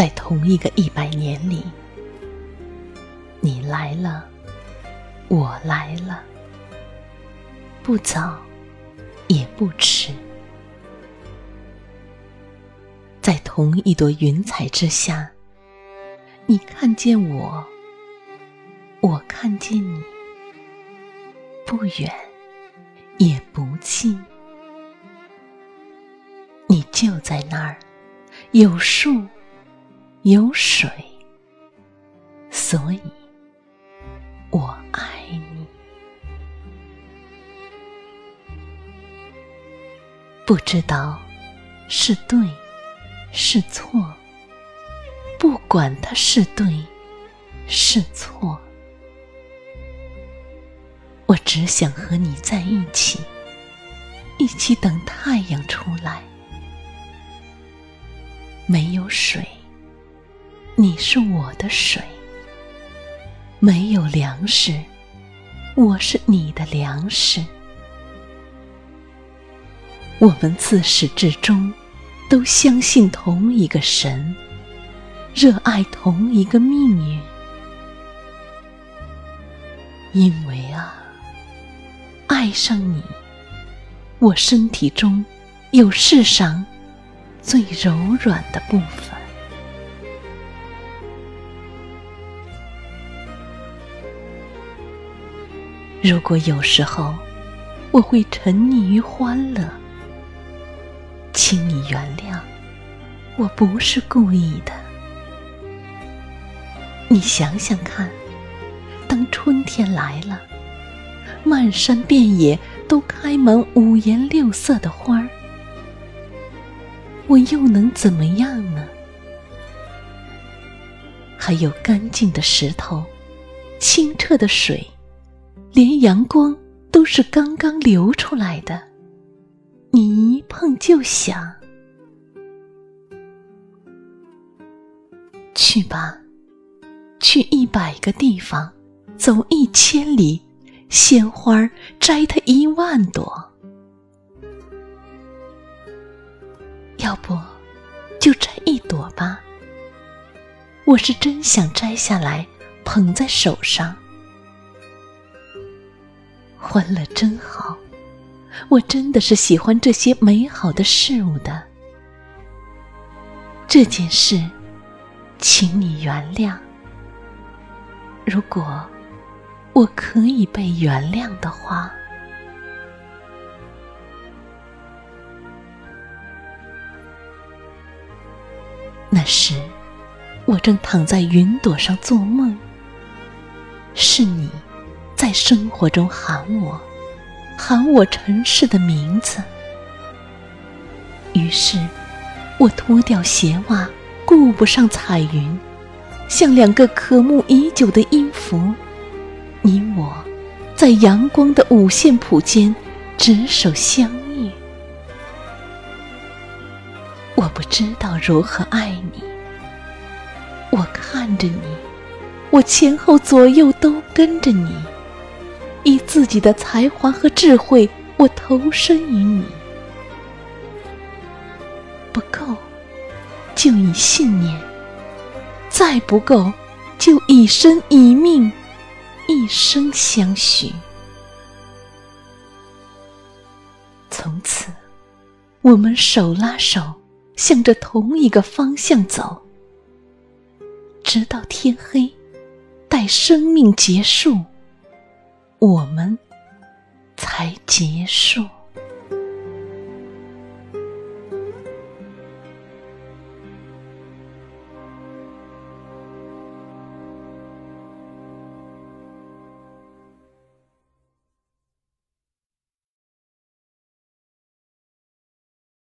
在同一个100年里，你来了，我来了，不早也不迟。在同一朵云彩之下，你看见我，我看见你，不远也不近。你就在那儿，有树有水，所以我爱你。不知道是对是错，不管它是对是错，我只想和你在一起，一起等太阳出来。没有水，你是我的水；没有粮食，我是你的粮食。我们自始至终都相信同一个神，热爱同一个命运。因为啊，爱上你，我身体中有世上最柔软的部分。如果有时候我会沉溺于欢乐，请你原谅，我不是故意的。你想想看，当春天来了，漫山遍野都开满五颜六色的花儿，我又能怎么样呢？还有干净的石头，清澈的水，连阳光都是刚刚流出来的，你一碰就响。去吧，去100个地方，走1000里，鲜花摘它10000朵。要不就摘1朵吧，我是真想摘下来捧在手上。欢乐真好，我真的是喜欢这些美好的事物的。这件事请你原谅，如果我可以被原谅的话。那时我正躺在云朵上做梦，是你在生活中喊我尘世的名字。于是我脱掉鞋袜，顾不上彩云，像2个渴慕已久的音符，你我在阳光的五线谱间执手相遇。我不知道如何爱你，我看着你，我前后左右都跟着你，以自己的才华和智慧，我投身于你。不够，就以信念；再不够，就以身以命，一生相许。从此，我们手拉手，向着同一个方向走，直到天黑，待生命结束，我们才结束。